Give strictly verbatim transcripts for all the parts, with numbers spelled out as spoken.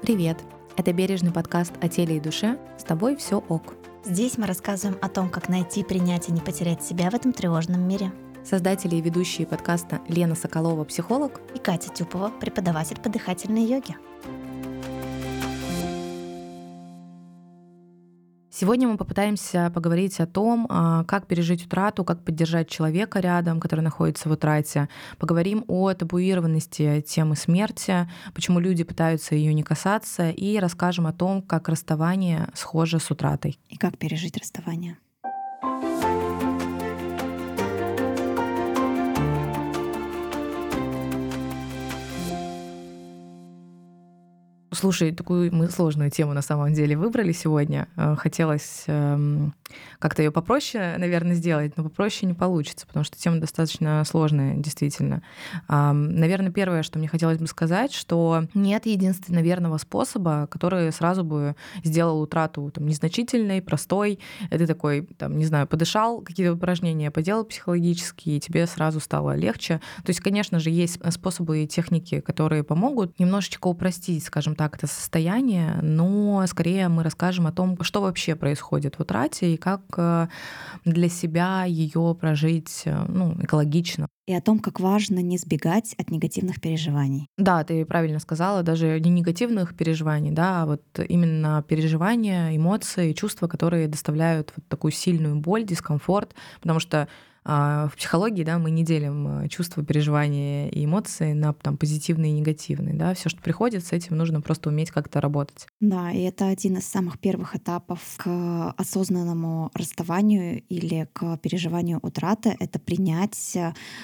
Привет! Это бережный подкаст о теле и душе. С тобой все ок. Здесь мы рассказываем о том, как найти, принять и не потерять себя в этом тревожном мире. Создатели и ведущие подкаста Лена Соколова, психолог, и Катя Тюпова, преподаватель по дыхательной йоге. Сегодня мы попытаемся поговорить о том, как пережить утрату, как поддержать человека рядом, который находится в утрате. Поговорим о табуированности темы смерти, почему люди пытаются ее не касаться, и расскажем о том, как расставание схоже с утратой. И как пережить расставание. Слушай, такую мы сложную тему на самом деле выбрали сегодня. Хотелось как-то ее попроще, наверное, сделать, но попроще не получится, потому что тема достаточно сложная, действительно. Наверное, первое, что мне хотелось бы сказать, что нет единственно верного способа, который сразу бы сделал утрату там, незначительной, простой. Ты такой, там, не знаю, подышал, какие-то упражнения поделал психологические, и тебе сразу стало легче. То есть, конечно же, есть способы и техники, которые помогут немножечко упростить, скажем так, это состояние, но скорее мы расскажем о том, что вообще происходит в утрате и как для себя ее прожить, ну, экологично. И о том, как важно не сбегать от негативных переживаний. Да, ты правильно сказала, даже не негативных переживаний, да, а вот именно переживания, эмоции, чувства, которые доставляют вот такую сильную боль, дискомфорт, потому что в психологии, да, мы не делим чувства, переживания и эмоции на там, позитивные и негативные. Да. Все, что приходит, с этим нужно просто уметь как-то работать. Да, и это один из самых первых этапов к осознанному расставанию или к переживанию утраты — это принять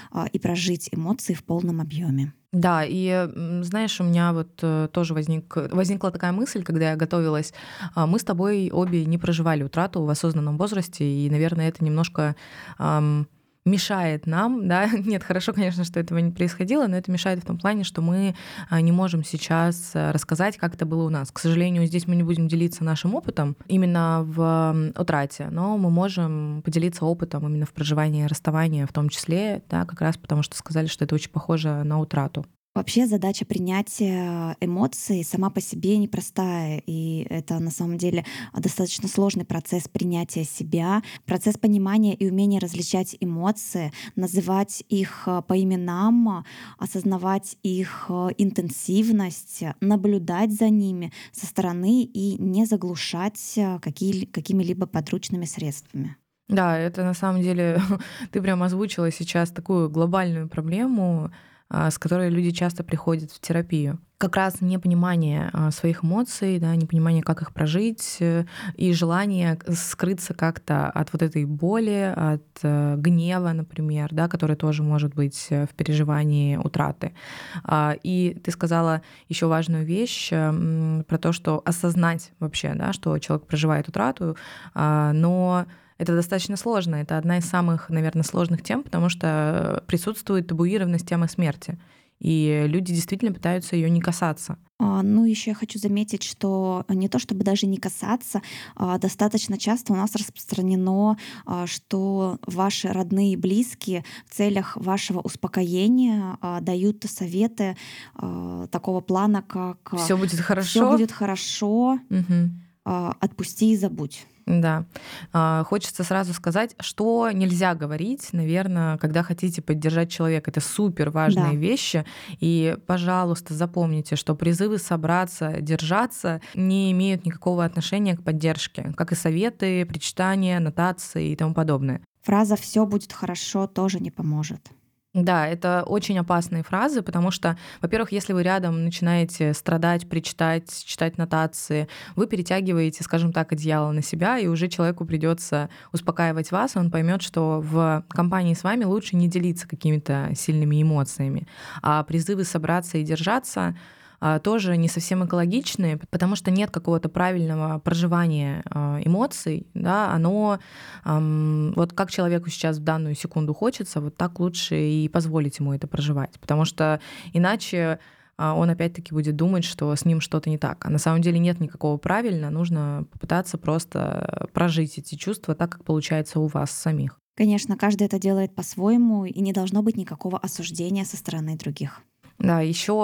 и прожить эмоции в полном объеме. Да, и знаешь, у меня вот тоже возник, возникла такая мысль, когда я готовилась. Мы с тобой обе не проживали утрату в осознанном возрасте, и, наверное, это немножко эм, мешает нам, да, нет, хорошо, конечно, что этого не происходило, но это мешает в том плане, что мы не можем сейчас рассказать, как это было у нас. К сожалению, здесь мы не будем делиться нашим опытом именно в утрате, но мы можем поделиться опытом именно в проживании расставания в том числе, да, как раз потому что сказали, что это очень похоже на утрату. Вообще задача принятия эмоций сама по себе непростая, и это на самом деле достаточно сложный процесс принятия себя, процесс понимания и умения различать эмоции, называть их по именам, осознавать их интенсивность, наблюдать за ними со стороны и не заглушать какие, какими-либо подручными средствами. Да, это на самом деле ты прям озвучила сейчас такую глобальную проблему, с которой люди часто приходят в терапию. Как раз непонимание своих эмоций, да, непонимание, как их прожить, и желание скрыться как-то от вот этой боли, от гнева, например, да, который тоже может быть в переживании утраты. И ты сказала еще важную вещь про то, что осознать вообще, да, что человек проживает утрату, но это достаточно сложно. Это одна из самых, наверное, сложных тем, потому что присутствует табуированность темы смерти. И люди действительно пытаются ее не касаться. А, ну, еще я хочу заметить, что не то чтобы даже не касаться, а достаточно часто у нас распространено, а, что ваши родные и близкие в целях вашего успокоения а, дают советы а, такого плана, как «Все будет хорошо». «Все будет хорошо», угу. а, «Отпусти и забудь». Да. Хочется сразу сказать, что нельзя говорить, наверное, когда хотите поддержать человека. Это супер важные Да. вещи. И, пожалуйста, запомните, что призывы собраться, держаться не имеют никакого отношения к поддержке, как и советы, причитания, нотации и тому подобное. Фраза «все будет хорошо» тоже не поможет. Да, это очень опасные фразы, потому что, во-первых, если вы рядом начинаете страдать, причитать, читать нотации, вы перетягиваете, скажем так, одеяло на себя, и уже человеку придется успокаивать вас, он поймет, что в компании с вами лучше не делиться какими-то сильными эмоциями. А призывы собраться и держаться тоже не совсем экологичные, потому что нет какого-то правильного проживания эмоций, да, оно вот как человеку сейчас в данную секунду хочется, вот так лучше и позволить ему это проживать, потому что иначе он опять-таки будет думать, что с ним что-то не так. А на самом деле нет никакого правильно, нужно попытаться просто прожить эти чувства так, как получается у вас самих. Конечно, каждый это делает по-своему, и не должно быть никакого осуждения со стороны других. Да, еще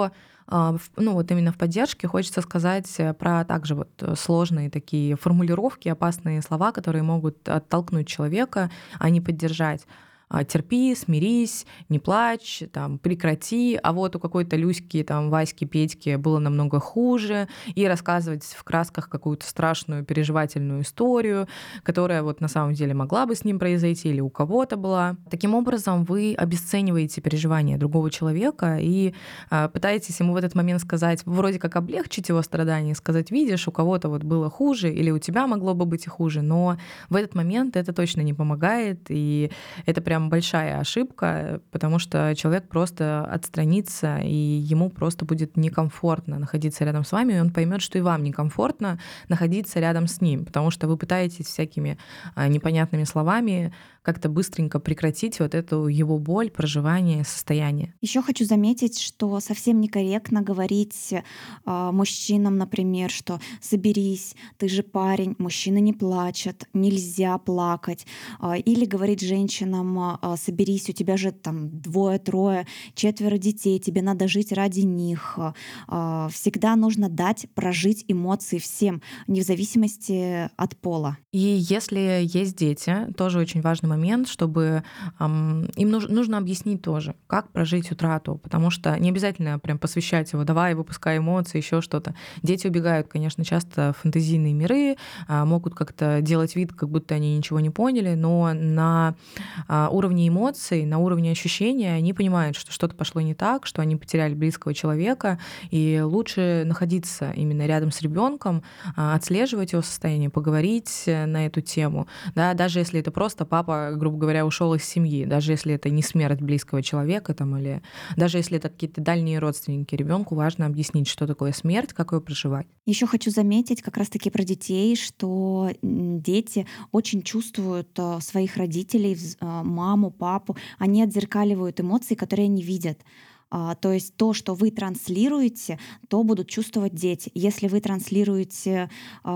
А, в ну, вот именно в поддержке хочется сказать э, про также вот э, сложные такие формулировки, опасные слова, которые могут оттолкнуть человека, а не поддержать. А, терпи, смирись, не плачь, там, прекрати, а вот у какой-то Люськи, там, Васьки, Петьки было намного хуже, и рассказывать в красках какую-то страшную переживательную историю, которая вот на самом деле могла бы с ним произойти или у кого-то была. Таким образом, вы обесцениваете переживания другого человека и а, пытаетесь ему в этот момент сказать, вроде как облегчить его страдания, сказать, видишь, у кого-то вот было хуже, или у тебя могло бы быть и хуже, но в этот момент это точно не помогает, и это прям большая ошибка, потому что человек просто отстранится, и ему просто будет некомфортно находиться рядом с вами, и он поймет, что и вам некомфортно находиться рядом с ним, потому что вы пытаетесь всякими а, непонятными словами как-то быстренько прекратить вот эту его боль, проживание, состояние. Еще хочу заметить, что совсем некорректно говорить а, мужчинам, например, что соберись, ты же парень, мужчины не плачут, нельзя плакать. А, Или говорить женщинам, а, соберись, у тебя же там двое, трое, четверо детей, тебе надо жить ради них. А, Всегда нужно дать прожить эмоции всем, вне зависимости от пола. И если есть дети, тоже очень важный момент, чтобы ам, им нуж- нужно объяснить тоже, как прожить утрату, потому что не обязательно прям посвящать его, давай, выпускай эмоции, еще что-то. Дети убегают, конечно, часто в фэнтезийные миры, а, могут как-то делать вид, как будто они ничего не поняли, но на а, уровне эмоций, на уровне ощущения они понимают, что что-то пошло не так, что они потеряли близкого человека, и лучше находиться именно рядом с ребенком, отслеживать его состояние, поговорить на эту тему, да, даже если это просто папа, грубо говоря, ушел из семьи, даже если это не смерть близкого человека, там, или даже если это какие-то дальние родственники, ребенку важно объяснить, что такое смерть, как ее проживать. Еще хочу заметить как раз-таки про детей, что м, дети очень чувствуют а, своих родителей, вз- а, маму, папу. Они отзеркаливают эмоции, которые они видят. А, То есть то, что вы транслируете, то будут чувствовать дети. Если вы транслируете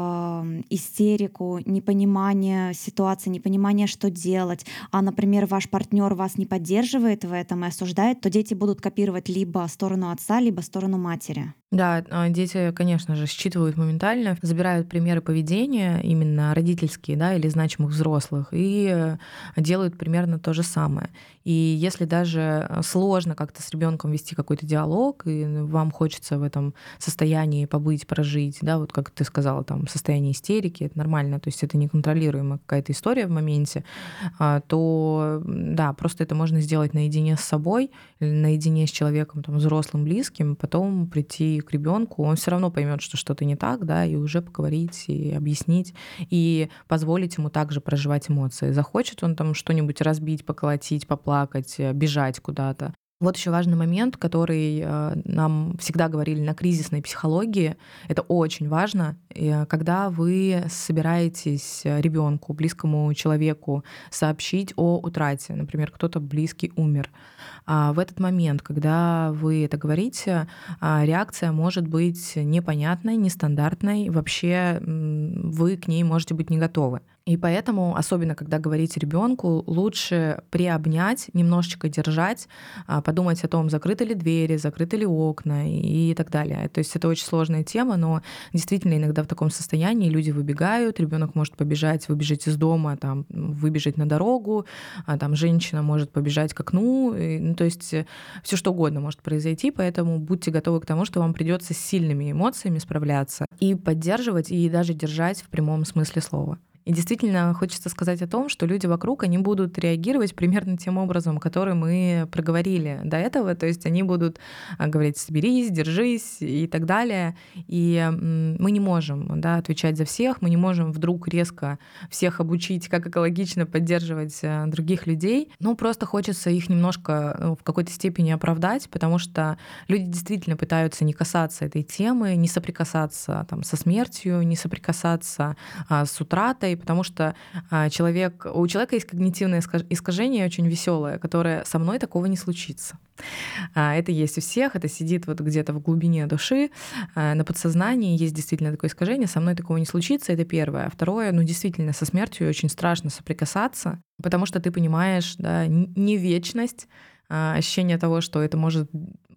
ам, истерику, непонимание ситуации, непонимание, что делать, а, например, ваш партнер вас не поддерживает в этом и осуждает, то дети будут копировать либо сторону отца, либо сторону матери. Да, а, дети, конечно же, считывают моментально, забирают примеры поведения, именно родительские, да, или значимых взрослых, и э, делают примерно то же самое. И если даже э, сложно как-то с ребенком вести какой-то диалог, и вам хочется в этом состоянии побыть, прожить, да, вот как ты сказала, там, состояние истерики, это нормально, то есть это неконтролируемая какая-то история в моменте, а, то м, да, просто это можно сделать наедине с собой, или наедине с человеком, там, взрослым, близким, потом прийти к ребенку, он все равно поймет, что что-то не так, да, и уже поговорить и объяснить, и позволить ему также проживать эмоции. Захочет он там что-нибудь разбить, поколотить, поплакать, э, бежать куда-то. Вот еще важный момент, который э, нам всегда говорили на кризисной психологии, это очень важно, э, когда вы собираетесь ребенку, близкому человеку сообщить о утрате, например, кто-то близкий умер. А в этот момент, когда вы это говорите, а, реакция может быть непонятной, нестандартной, вообще м, вы к ней можете быть не готовы. И поэтому, особенно когда говорите ребенку, лучше приобнять, немножечко держать, а, подумать о том, закрыты ли двери, закрыты ли окна и так далее. То есть это очень сложная тема, но действительно иногда в таком состоянии люди выбегают, ребенок может побежать, выбежать из дома, там, выбежать на дорогу, а там женщина может побежать к окну, и, ну, то есть все что угодно может произойти, поэтому будьте готовы к тому, что вам придется с сильными эмоциями справляться и поддерживать, и даже держать в прямом смысле слова. И действительно хочется сказать о том, что люди вокруг, они будут реагировать примерно тем образом, который мы проговорили до этого. То есть они будут а, говорить «соберись», «держись» и так далее. И м, мы не можем, да, отвечать за всех, мы не можем вдруг резко всех обучить, как экологично поддерживать а, других людей. Ну, просто хочется их немножко ну, в какой-то степени оправдать, потому что люди действительно пытаются не касаться этой темы, не соприкасаться там, со смертью, не соприкасаться а, с утратой, потому что а, человек, у человека есть когнитивное искаж- искажение очень веселое, которое со мной такого не случится. А, это есть у всех, это сидит вот где-то в глубине души, а, на подсознании есть действительно такое искажение, со мной такого не случится, это первое. А второе, ну действительно, со смертью очень страшно соприкасаться, потому что ты понимаешь, да, н- не вечность, а, ощущение того, что это может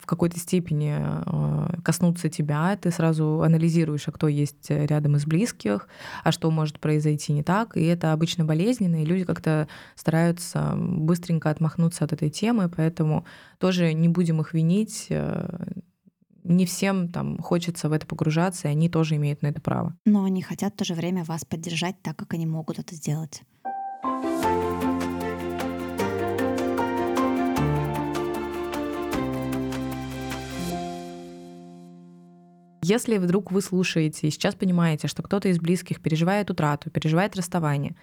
в какой-то степени э, коснуться тебя, ты сразу анализируешь, а кто есть рядом из близких, а что может произойти не так, и это обычно болезненно, и люди как-то стараются быстренько отмахнуться от этой темы, поэтому тоже не будем их винить. Не всем там хочется в это погружаться, и они тоже имеют на это право. Но они хотят в то же время вас поддержать так, как они могут это сделать. Если вдруг вы слушаете и сейчас понимаете, что кто-то из близких переживает утрату, переживает расставание,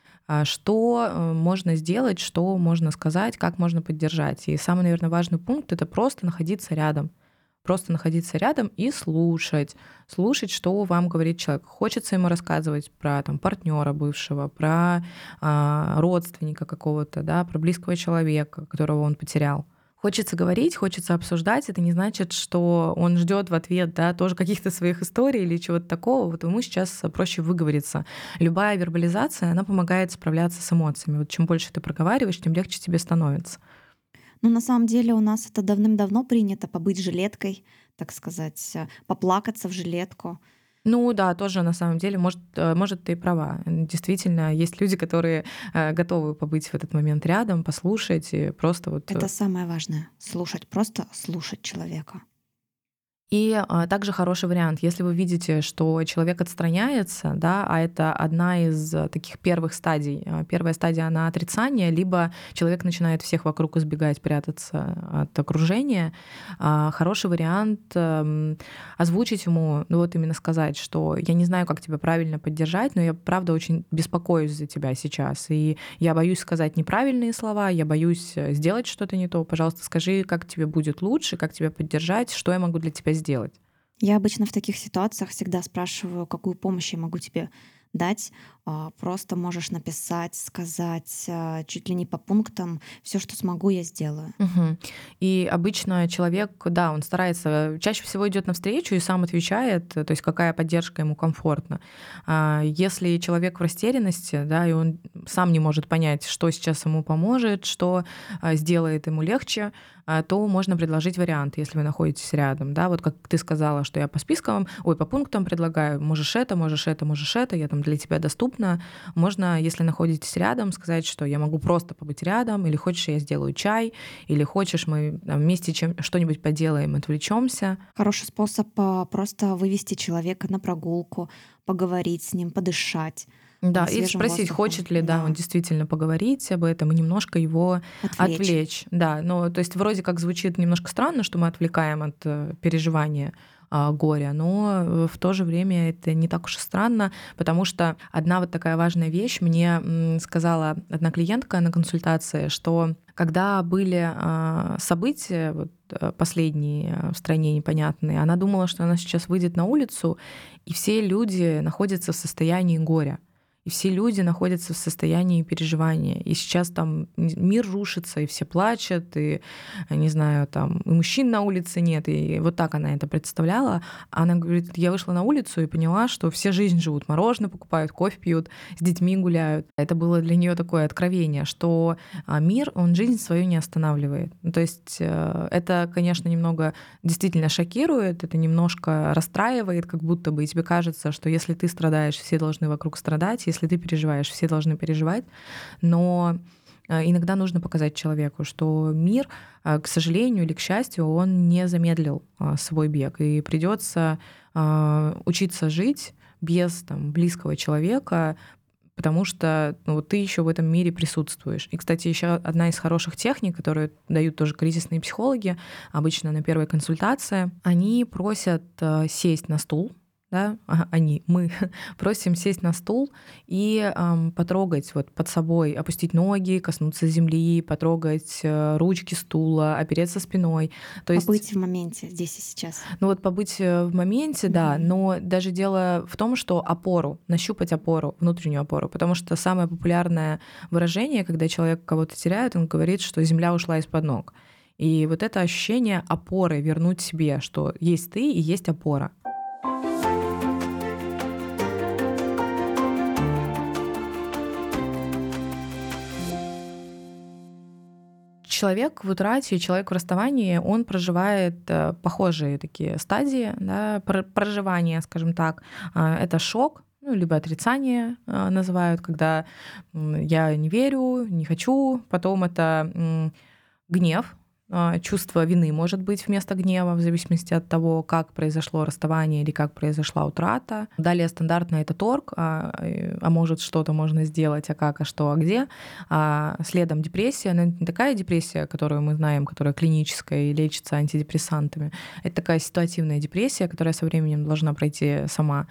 что можно сделать, что можно сказать, как можно поддержать. И самый, наверное, важный пункт — это просто находиться рядом. Просто находиться рядом и слушать. Слушать, что вам говорит человек. Хочется ему рассказывать про там, партнера бывшего, про а, родственника какого-то, да, про близкого человека, которого он потерял. Хочется говорить, хочется обсуждать. Это не значит, что он ждет в ответ, да, тоже каких-то своих историй или чего-то такого. Вот ему сейчас проще выговориться. Любая вербализация, она помогает справляться с эмоциями. Вот чем больше ты проговариваешь, тем легче тебе становится. Ну, на самом деле у нас это давным-давно принято — побыть жилеткой, так сказать, поплакаться в жилетку. Ну да, тоже на самом деле, может, может, ты и права. Действительно, есть люди, которые готовы побыть в этот момент рядом, послушать и просто вот... Это самое важное — слушать, просто слушать человека. И а, также хороший вариант, если вы видите, что человек отстраняется, да, а это одна из таких первых стадий. Первая стадия — она отрицание, либо человек начинает всех вокруг избегать, прятаться от окружения. А, хороший вариант а, озвучить ему, ну вот именно сказать, что я не знаю, как тебя правильно поддержать, но я правда очень беспокоюсь за тебя сейчас, и я боюсь сказать неправильные слова, я боюсь сделать что-то не то. Пожалуйста, скажи, как тебе будет лучше, как тебя поддержать, что я могу для тебя сделать. Я обычно в таких ситуациях всегда спрашиваю, какую помощь я могу тебе дать. Просто можешь написать, сказать чуть ли не по пунктам: все, что смогу, я сделаю. Угу. И обычно человек, да, он старается, чаще всего идет навстречу и сам отвечает, то есть какая поддержка ему комфортна. Если человек в растерянности, да, и он сам не может понять, что сейчас ему поможет, что сделает ему легче, то можно предложить вариант, если вы находитесь рядом. Да, вот как ты сказала, что я по спискам, ой, по пунктам предлагаю, можешь это, можешь это, можешь это, я там для тебя доступна. Можно, если находитесь рядом, сказать, что я могу просто побыть рядом, или хочешь, я сделаю чай, или хочешь, мы там, вместе чем, что-нибудь поделаем, отвлечемся. Хороший способ просто вывести человека на прогулку, поговорить с ним, подышать. Да, и спросить, воздухом. Хочет ли, да. да, он действительно поговорить об этом и немножко его отвлечь. отвлечь. Да, ну, то есть вроде как звучит немножко странно, что мы отвлекаем от переживания а, горя, но в то же время это не так уж и странно, потому что одна вот такая важная вещь мне сказала одна клиентка на консультации, что когда были а, события вот, последние в стране непонятные, она думала, что она сейчас выйдет на улицу, и все люди находятся в состоянии горя. И все люди находятся в состоянии переживания. И сейчас там мир рушится, и все плачут, и, не знаю, там и мужчин на улице нет. И вот так она это представляла. Она говорит, я вышла на улицу и поняла, что все жизнь живут. Мороженое покупают, кофе пьют, с детьми гуляют. Это было для нее такое откровение, что мир, он жизнь свою не останавливает. То есть это, конечно, немного действительно шокирует, это немножко расстраивает, как будто бы и тебе кажется, что если ты страдаешь, все должны вокруг страдать, если ты переживаешь, все должны переживать, но иногда нужно показать человеку, что мир, к сожалению или к счастью, он не замедлил свой бег, и придется учиться жить без там, близкого человека, потому что ну, ты еще в этом мире присутствуешь. И, кстати, еще одна из хороших техник, которые дают тоже кризисные психологи, обычно на первой консультации, они просят сесть на стул, да, они, мы просим сесть на стул и эм, потрогать вот под собой, опустить ноги, коснуться земли, потрогать э, ручки стула, опереться спиной. То побыть есть, в моменте, здесь и сейчас. Ну вот побыть в моменте, mm-hmm. да, но даже дело в том, что опору, нащупать опору, внутреннюю опору, потому что самое популярное выражение, когда человек кого-то теряет, он говорит, что земля ушла из-под ног. И вот это ощущение опоры вернуть себе, что есть ты и есть опора. Человек в утрате, человек в расставании, он проживает э, похожие такие стадии, да, про- проживания, скажем так. А, Это шок, ну, либо отрицание а, называют, когда м, я не верю, не хочу. Потом это м, гнев, а, чувство вины может быть вместо гнева, в зависимости от того, как произошло расставание или как произошла утрата. Далее стандартно это торг, а, э, а может что-то можно сделать, а как, а что, а где. А следом депрессия, но это не такая депрессия, которую мы знаем, которая клиническая и лечится антидепрессантами. Это такая ситуативная депрессия, которая со временем должна пройти сама.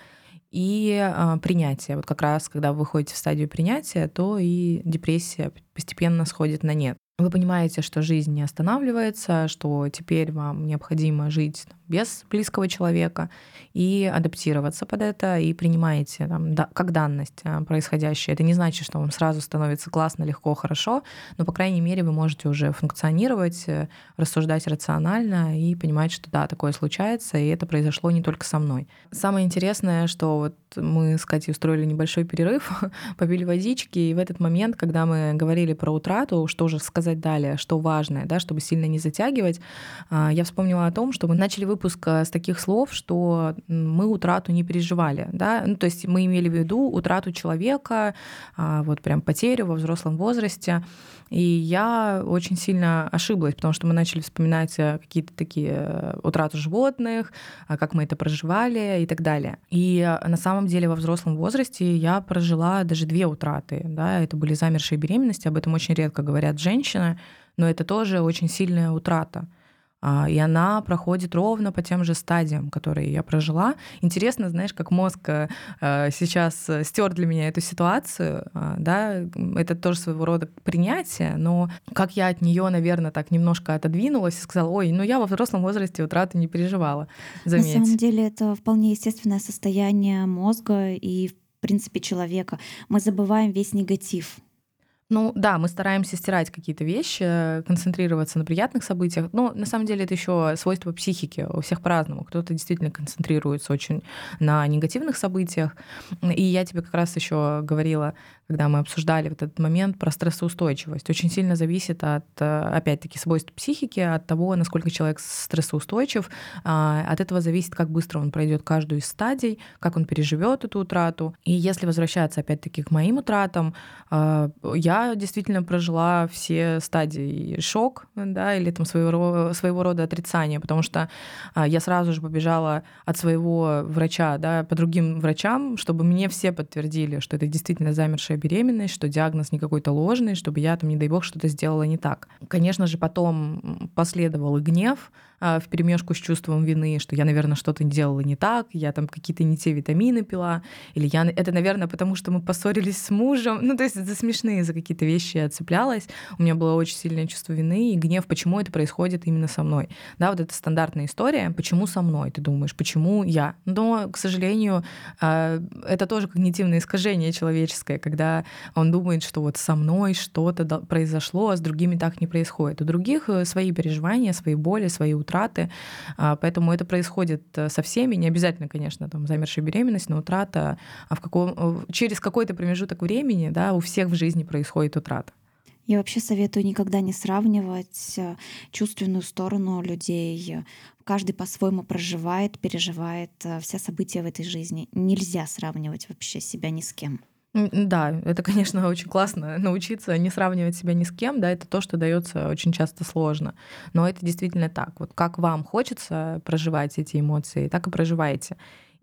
И а, принятие. Вот как раз, когда вы выходите в стадию принятия, то и депрессия постепенно сходит на нет. Вы понимаете, что жизнь не останавливается, что теперь вам необходимо жить без близкого человека и адаптироваться под это, и принимаете там, да, как данность а, происходящее. Это не значит, что вам сразу становится классно, легко, хорошо, но, по крайней мере, вы можете уже функционировать, э, рассуждать рационально и понимать, что да, такое случается, и это произошло не только со мной. Самое интересное, что вот мы с Катей устроили небольшой перерыв, попили водички, и в этот момент, когда мы говорили про утрату, что же сказать далее, что важное, да, чтобы сильно не затягивать, а, я вспомнила о том, что мы начали выпуск с таких слов, что мы утрату не переживали, да, ну, то есть мы имели в виду утрату человека, а, вот прям потерю во взрослом возрасте, и я очень сильно ошиблась, потому что мы начали вспоминать э, какие-то такие э, утраты животных, а, как мы это проживали и так далее. И э, на самом деле во взрослом возрасте я прожила даже две утраты, да, это были замершие беременности, об этом очень редко говорят женщины, но это тоже очень сильная утрата. А, И она проходит ровно по тем же стадиям, которые я прожила. Интересно, знаешь, как мозг э, э, сейчас стер для меня эту ситуацию, а, да, это тоже своего рода принятие, но как я от нее, наверное, так немножко отодвинулась и сказала, ой, ну я во взрослом возрасте утраты не переживала, На самом заметь. деле это вполне естественное состояние мозга и, в принципе, человека. Мы забываем весь негатив. Ну да, мы стараемся стирать какие-то вещи, э, концентрироваться на приятных событиях. Но на самом деле это еще свойство психики. У всех по-разному. Кто-то действительно концентрируется очень на негативных событиях. И я тебе как раз еще говорила, когда мы обсуждали вот этот момент про стрессоустойчивость. Очень сильно зависит от, э, опять-таки, свойств психики, от того, насколько человек стрессоустойчив. А, От этого зависит, как быстро он пройдет каждую из стадий, как он переживет эту утрату. И если возвращаться, опять-таки, к моим утратам, а, я действительно прожила все стадии шок, да, или там своего, ро- своего рода отрицание, потому что а, я сразу же побежала от своего врача, да, по другим врачам, чтобы мне все подтвердили, что это действительно замершая беременность, что диагноз не какой-то ложный, чтобы я там, не дай бог, что-то сделала не так. Конечно же, потом последовал и гнев а, вперемешку с чувством вины, что я, наверное, что-то делала не так, я там какие-то не те витамины пила, или я... Это, наверное, потому что мы поссорились с мужем. Ну, то есть за смешные, за какие-то вещи я цеплялась. У меня было очень сильное чувство вины и гнев, почему это происходит именно со мной. Да, вот это стандартная история, почему со мной, ты думаешь, почему я? Но, к сожалению, а, это тоже когнитивное искажение человеческое, когда он думает, что вот со мной что-то до- произошло, а с другими так не происходит. У других э, свои переживания, свои боли, свои утраты, а, поэтому это происходит э, со всеми, не обязательно, конечно, там замершая беременность, но утрата, а в каком, э, через какой-то промежуток времени, да, у всех в жизни происходит утрата. Я вообще советую никогда не сравнивать э, чувственную сторону людей. Каждый по-своему проживает, переживает э, все события в этой жизни. Нельзя сравнивать вообще себя ни с кем. М, Да, это, конечно, очень классно научиться не сравнивать себя ни с кем, да, это то, что дается очень часто сложно. Но это действительно так. Вот как вам хочется проживать эти эмоции, так и проживайте.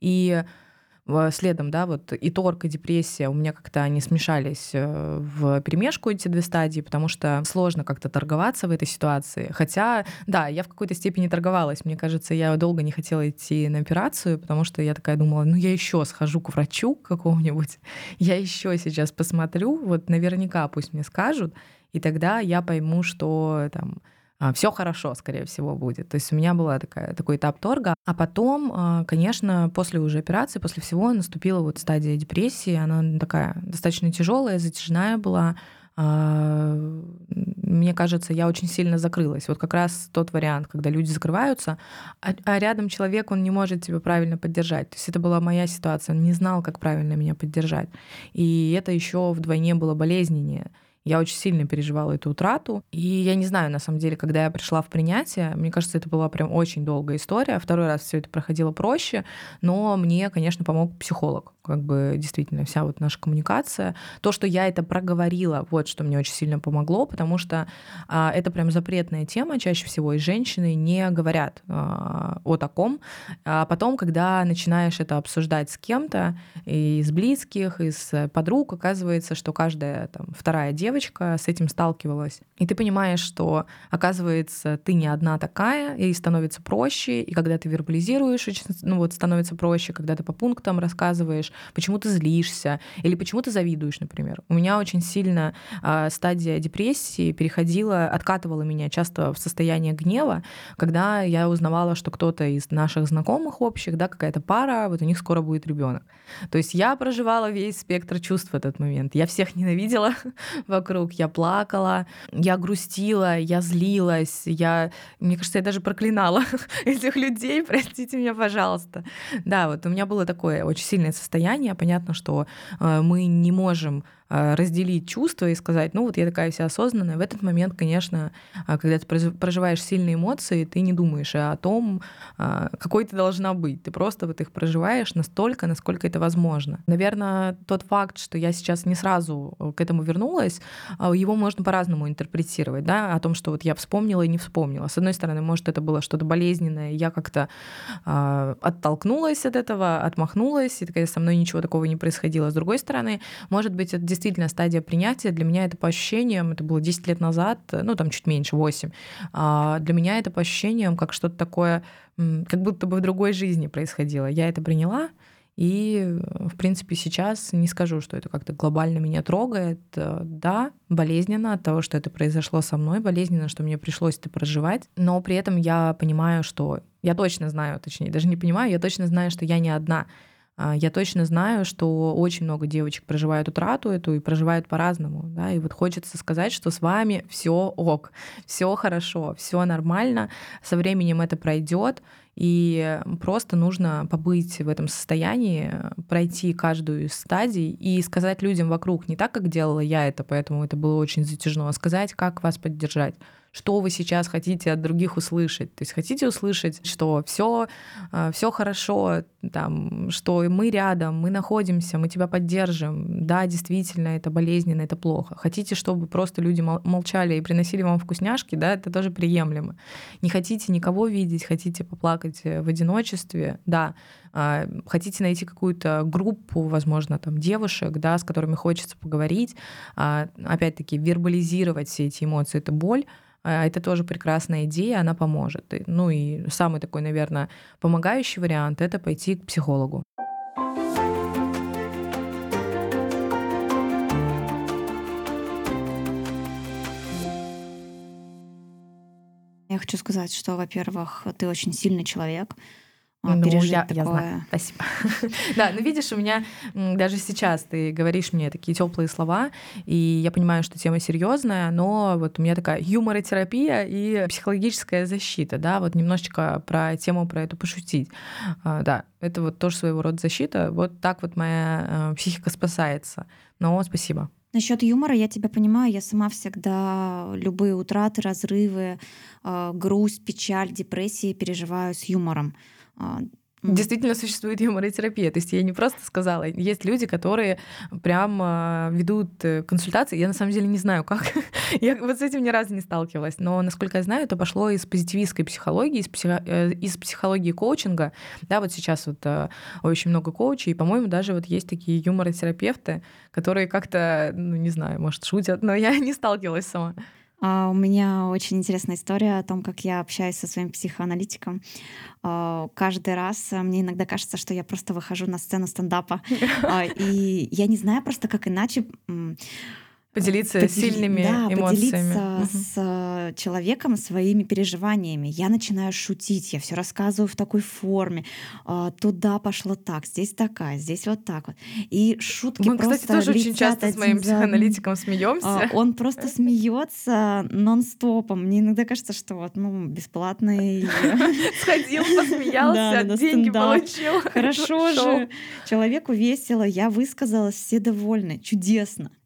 И э, следом, да, вот и торг, и депрессия у меня как-то они смешались э, в перемешку эти две стадии, потому что сложно как-то торговаться в этой ситуации. Хотя, да, я в какой-то степени торговалась. Мне кажется, я долго не хотела идти на операцию, потому что я такая думала, ну я еще схожу к врачу какому-нибудь, я еще сейчас посмотрю, вот наверняка пусть мне скажут, и тогда я пойму, что там все хорошо, скорее всего, будет. То есть у меня был такой этап торга. А потом, а, конечно, после уже операции, после всего наступила вот стадия депрессии. Она такая достаточно тяжелая, затяжная была. А, Мне кажется, я очень сильно закрылась. Вот как раз тот вариант, когда люди закрываются, а а рядом человек, он не может тебя правильно поддержать. То есть это была моя ситуация, он не знал, как правильно меня поддержать. И это еще вдвойне было болезненнее. Я очень сильно переживала эту утрату. И я не знаю, на самом деле, когда я пришла в принятие, мне кажется, это была прям очень долгая история. Второй раз все это проходило проще, но мне, конечно, помог психолог. Как бы действительно вся вот наша коммуникация. То, что я это проговорила, вот что мне очень сильно помогло, потому что а, это прям запретная тема чаще всего, и женщины не говорят а, о таком. А потом, когда начинаешь это обсуждать с кем-то, из близких, из подруг, оказывается, что каждая там, вторая девочка с этим сталкивалась. И ты понимаешь, что, оказывается, ты не одна такая, и становится проще, и когда ты вербализируешь, ну вот становится проще, когда ты по пунктам рассказываешь, почему ты злишься или почему ты завидуешь, например. У меня очень сильно э, стадия депрессии переходила, откатывала меня часто в состояние гнева, когда я узнавала, что кто-то из наших знакомых общих, да, какая-то пара, вот у них скоро будет ребенок. То есть я проживала весь спектр чувств в этот момент. Я всех ненавидела вокруг, я плакала, я грустила, я злилась, я, мне кажется, я даже проклинала этих людей, простите меня, пожалуйста. Да, вот у меня было такое очень сильное состояние. Понятно, что э, мы не можем разделить чувства и сказать, ну вот я такая вся осознанная. В этот момент, конечно, когда ты проживаешь сильные эмоции, ты не думаешь о том, какой ты должна быть. Ты просто вот их проживаешь настолько, насколько это возможно. Наверное, тот факт, что я сейчас не сразу к этому вернулась, его можно по-разному интерпретировать, да, о том, что вот я вспомнила и не вспомнила. С одной стороны, может, это было что-то болезненное, я как-то э, оттолкнулась от этого, отмахнулась, и такая, со мной ничего такого не происходило. С другой стороны, может быть, это действительно стадия принятия. Для меня это по ощущениям, это было десять лет назад, ну там чуть меньше, восемь. А для меня это по ощущениям как что-то такое, как будто бы в другой жизни происходило. Я это приняла, и, в принципе, сейчас не скажу, что это как-то глобально меня трогает. Да, болезненно от того, что это произошло со мной, болезненно, что мне пришлось это проживать, но при этом я понимаю, что... Я точно знаю, точнее, даже не понимаю, я точно знаю, что я не одна. Я точно знаю, что очень много девочек проживают утрату эту и проживают по-разному. Да? И вот хочется сказать, что с вами все ок, все хорошо, все нормально, со временем это пройдет, и просто нужно побыть в этом состоянии, пройти каждую из стадий и сказать людям вокруг не так, как делала я это, поэтому это было очень затяжно, а сказать, как вас поддержать. Что вы сейчас хотите от других услышать? То есть хотите услышать, что все, все хорошо, там, что мы рядом, мы находимся, мы тебя поддержим. Да, действительно, это болезненно, это плохо. Хотите, чтобы просто люди молчали и приносили вам вкусняшки, да, это тоже приемлемо. Не хотите никого видеть, хотите поплакать в одиночестве, да. Хотите найти какую-то группу, возможно, там, девушек, да, с которыми хочется поговорить, опять-таки вербализировать все эти эмоции, это боль. Это тоже прекрасная идея, она поможет. Ну и самый такой, наверное, помогающий вариант — это пойти к психологу. Я хочу сказать, что, во-первых, ты очень сильный человек. Ну, я, такое... я знаю. Спасибо. Да, ну видишь, у меня даже сейчас ты говоришь мне такие теплые слова, и я понимаю, что тема серьезная, но вот у меня такая юморотерапия и психологическая защита, да, вот немножечко про тему про эту пошутить. Да, это вот тоже своего рода защита. Вот так вот моя психика спасается. Но спасибо. Насчет юмора я тебя понимаю, я сама всегда любые утраты, разрывы, грусть, печаль, депрессии переживаю с юмором. Действительно существует юморотерапия. То есть я не просто сказала. Есть люди, которые прям ведут консультации. Я на самом деле не знаю, как. Я вот с этим ни разу не сталкивалась. Но, насколько я знаю, это пошло из позитивистской психологии, из, психо... из психологии коучинга. Да, вот сейчас вот очень много коучей. И, по-моему, даже вот есть такие юморотерапевты, которые как-то, ну, не знаю, может, шутят, но я не сталкивалась сама. Uh, у меня очень интересная история о том, как я общаюсь со своим психоаналитиком. Uh, каждый раз мне иногда кажется, что я просто выхожу на сцену стендапа. Uh, и я не знаю просто, как иначе... Поделиться Подели... сильными да, эмоциями. Поделиться угу. с человеком своими переживаниями. Я начинаю шутить, я все рассказываю в такой форме. Туда пошло так, здесь такая, здесь вот так вот. И шутки Мы, просто кстати, тоже очень часто с моим психоаналитиком смеемся. Он просто смеется нон-стопом. Мне иногда кажется, что вот, ну, бесплатный. Сходил, посмеялся, деньги получил. Хорошо же. Человеку весело, я высказалась, все довольны. Чудесно.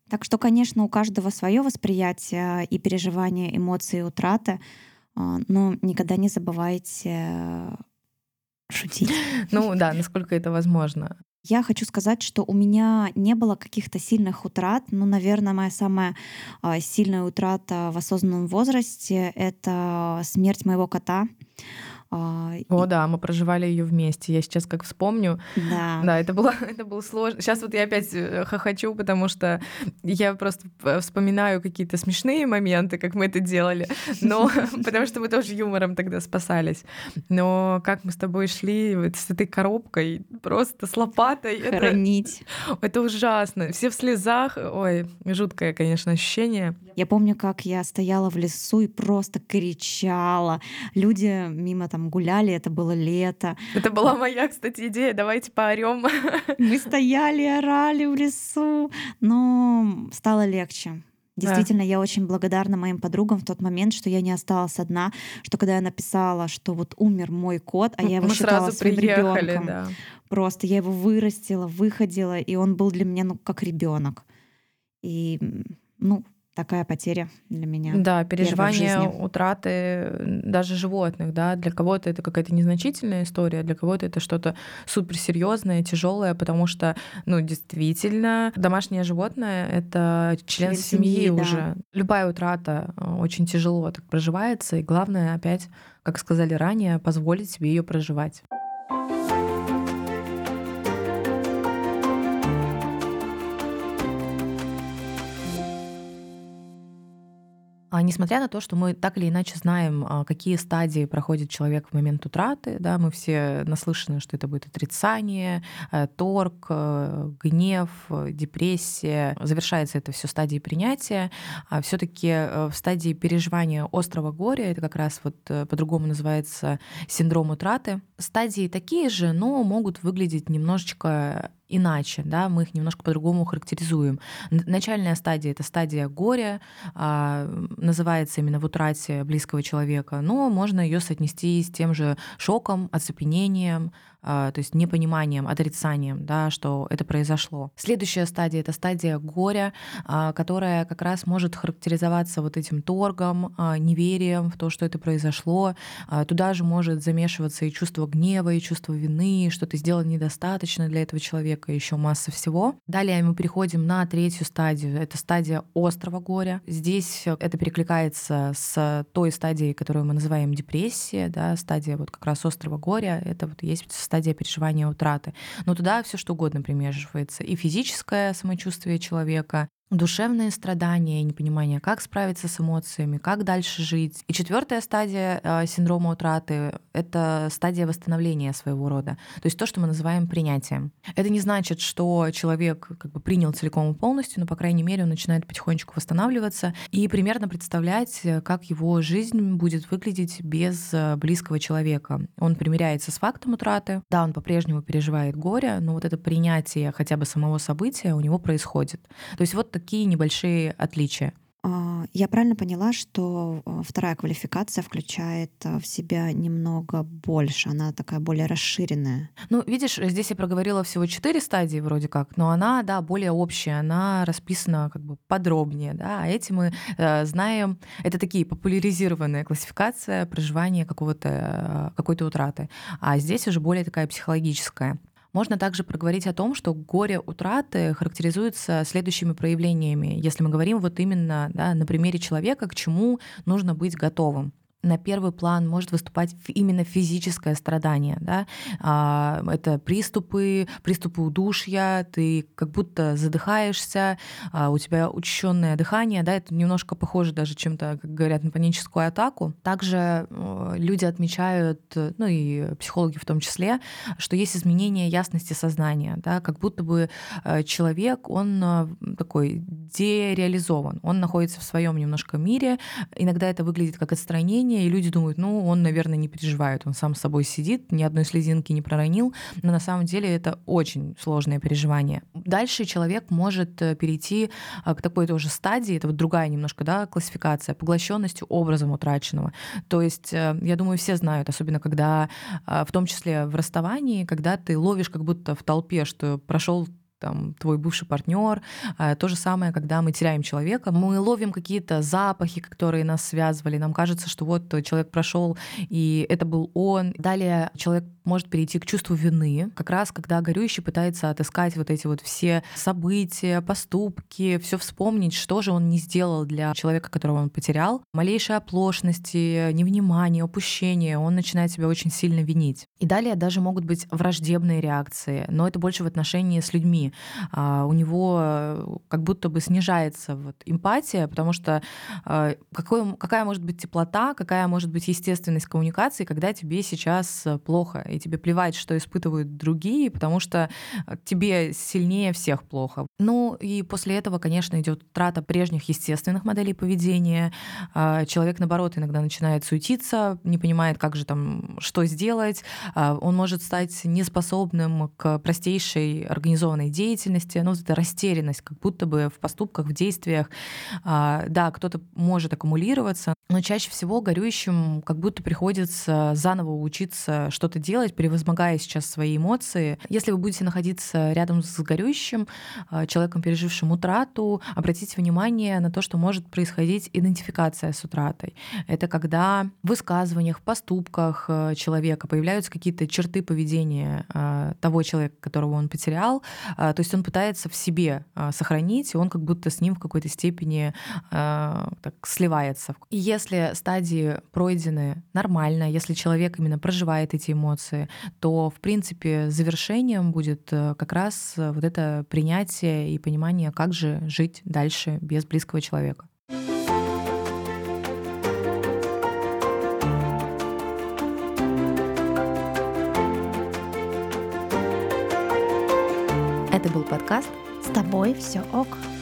Так что, конечно, у каждого свое восприятие и переживание эмоций утраты, а, но никогда не забывайте шутить. Ну да, насколько это возможно. Я хочу сказать, что у меня не было каких-то сильных утрат. Ну, наверное, моя самая а, сильная утрата в осознанном возрасте — это смерть моего кота. А, О и- да, мы проживали ее вместе. Я сейчас как вспомню, Да, да, это было, это было сложно. Сейчас вот я опять э, хохочу, потому что я просто п- вспоминаю какие-то смешные моменты, как мы это делали, но потому что мы тоже юмором тогда спасались. Но как мы с тобой шли вот с этой коробкой, просто с лопатой, это, хоронить. это ужасно. Все в слезах. Ой, жуткое, конечно, ощущение. Я помню, как я стояла в лесу и просто кричала. Люди мимо там гуляли, это было лето. Это была моя, кстати, идея. Давайте поорем. Мы стояли и орали в лесу, но стало легче. Да. Действительно, я очень благодарна моим подругам в тот момент, что я не осталась одна, что когда я написала, что вот умер мой кот, а я его Мы считала сразу своим приехали, ребенком, да. просто я его вырастила, выходила, и он был для меня ну как ребенок. И м, ну такая потеря для меня Да, первая в переживание жизни. утраты м, даже животных, да, для кого-то это какая-то незначительная история, для кого-то это что-то суперсерьезное, тяжелое, потому что, ну, действительно, домашнее животное — это член Член семьи семьи, да. уже. Любая утрата э, очень тяжело так проживается, и главное опять, как сказали ранее, позволить себе ее проживать. А несмотря на то, что мы так или иначе знаем, а, какие стадии проходит человек в момент утраты, да, мы все наслышаны, что это будет отрицание, э, торг, э, гнев, э, депрессия. Завершается это все стадией принятия. А все-таки в стадии переживания острого горя, это как раз вот э, по-другому называется синдром утраты. Стадии такие же, но могут выглядеть немножечко иначе, да, мы их немножко по-другому характеризуем. Н- Начальная стадия — это стадия горя, а, называется именно в утрате близкого человека, но можно ее соотнести с тем же шоком, оцепенением, а, то есть непониманием, отрицанием, да, что это произошло. Следующая стадия — это стадия горя, а, которая как раз может характеризоваться вот этим торгом, а, неверием в то, что это произошло. А, Туда же может замешиваться и чувство гнева, и чувство вины, что ты сделал недостаточно для этого человека, еще масса всего. Далее мы переходим на третью стадию. Это стадия острого горя. Здесь это перекликается с той стадией, которую мы называем депрессия, да, стадия вот как раз острого горя. Это вот есть стадия переживания утраты. Но туда все что угодно примешивается. И физическое самочувствие человека, душевные страдания, непонимание, как справиться с эмоциями, как дальше жить. И четвертая стадия э, синдрома утраты — это стадия восстановления своего рода. То есть то, что мы называем принятием. Это не значит, что человек как бы принял целиком и полностью, но, по крайней мере, он начинает потихонечку восстанавливаться и примерно представлять, э, как его жизнь будет выглядеть без э, близкого человека. Он примиряется с фактом утраты. Да, он по-прежнему переживает горе, но вот это принятие хотя бы самого события у него происходит. То есть вот такие небольшие отличия. А, Я правильно поняла, что а, вторая квалификация включает а, в себя немного больше, она такая более расширенная. Ну, видишь, здесь я проговорила всего четыре стадии вроде как, но она, да, более общая, она расписана как бы подробнее, да, а эти мы э, знаем, это такие популяризированная классификация проживания какого-то, э, какой-то утраты, а здесь уже более такая психологическая. Можно также проговорить о том, что горе утраты характеризуется следующими проявлениями, если мы говорим вот именно, да, на примере человека, к чему нужно быть готовым. На первый план может выступать фи- именно физическое страдание. Да? А, Это приступы, приступы удушья, ты как будто задыхаешься, а, у тебя учащенное дыхание, да, это немножко похоже даже чем-то, как говорят, на паническую атаку. Также э, люди отмечают, э, ну и психологи в том числе, что есть изменение ясности сознания, да, как будто бы э, человек, он э, такой дереализован, он находится в своем немножко мире, иногда это выглядит как отстранение, и люди думают, ну, он, наверное, не переживает, он сам с собой сидит, ни одной слезинки не проронил, но на самом деле это очень сложное переживание. Дальше человек может э, перейти э, к такой тоже стадии, это вот другая немножко, да, классификация, поглощенностью образом утраченного. То есть, э, я думаю, все знают, особенно когда, э, в том числе в расставании, когда ты ловишь как будто в толпе, что прошел там, твой бывший партнер. То же самое, когда мы теряем человека, мы ловим какие-то запахи, которые нас связывали. Нам кажется, что вот человек прошел, и это был он. Далее человек может перейти к чувству вины, как раз когда горюющий пытается отыскать вот эти вот все события, поступки, все вспомнить, что же он не сделал для человека, которого он потерял. Малейшие оплошности, невнимание, упущение, он начинает себя очень сильно винить. И далее даже могут быть враждебные реакции, но это больше в отношении с людьми. А, у него как будто бы снижается вот эмпатия, потому что а, какой, какая может быть теплота, какая может быть естественность коммуникации, когда тебе сейчас плохо, и тебе плевать, что испытывают другие, потому что тебе сильнее всех плохо. Ну и после этого, конечно, идет трата прежних естественных моделей поведения. А, человек, наоборот, иногда начинает суетиться, не понимает, как же там, что сделать. А, он может стать неспособным к простейшей организованной деятельности, ну, вот эта растерянность, как будто бы в поступках, в действиях. А, да, кто-то может аккумулироваться, но чаще всего горюющим как будто приходится заново учиться что-то делать, превозмогая сейчас свои эмоции. Если вы будете находиться рядом с горюющим, человеком, пережившим утрату, обратите внимание на то, что может происходить идентификация с утратой. Это когда в высказываниях, в поступках человека появляются какие-то черты поведения того человека, которого он потерял. То есть он пытается в себе сохранить, и он как будто с ним в какой-то степени так сливается. И если стадии пройдены нормально, если человек именно проживает эти эмоции, то, в принципе, завершением будет как раз вот это принятие и понимание, как же жить дальше без близкого человека. Это был подкаст «С тобой все ок».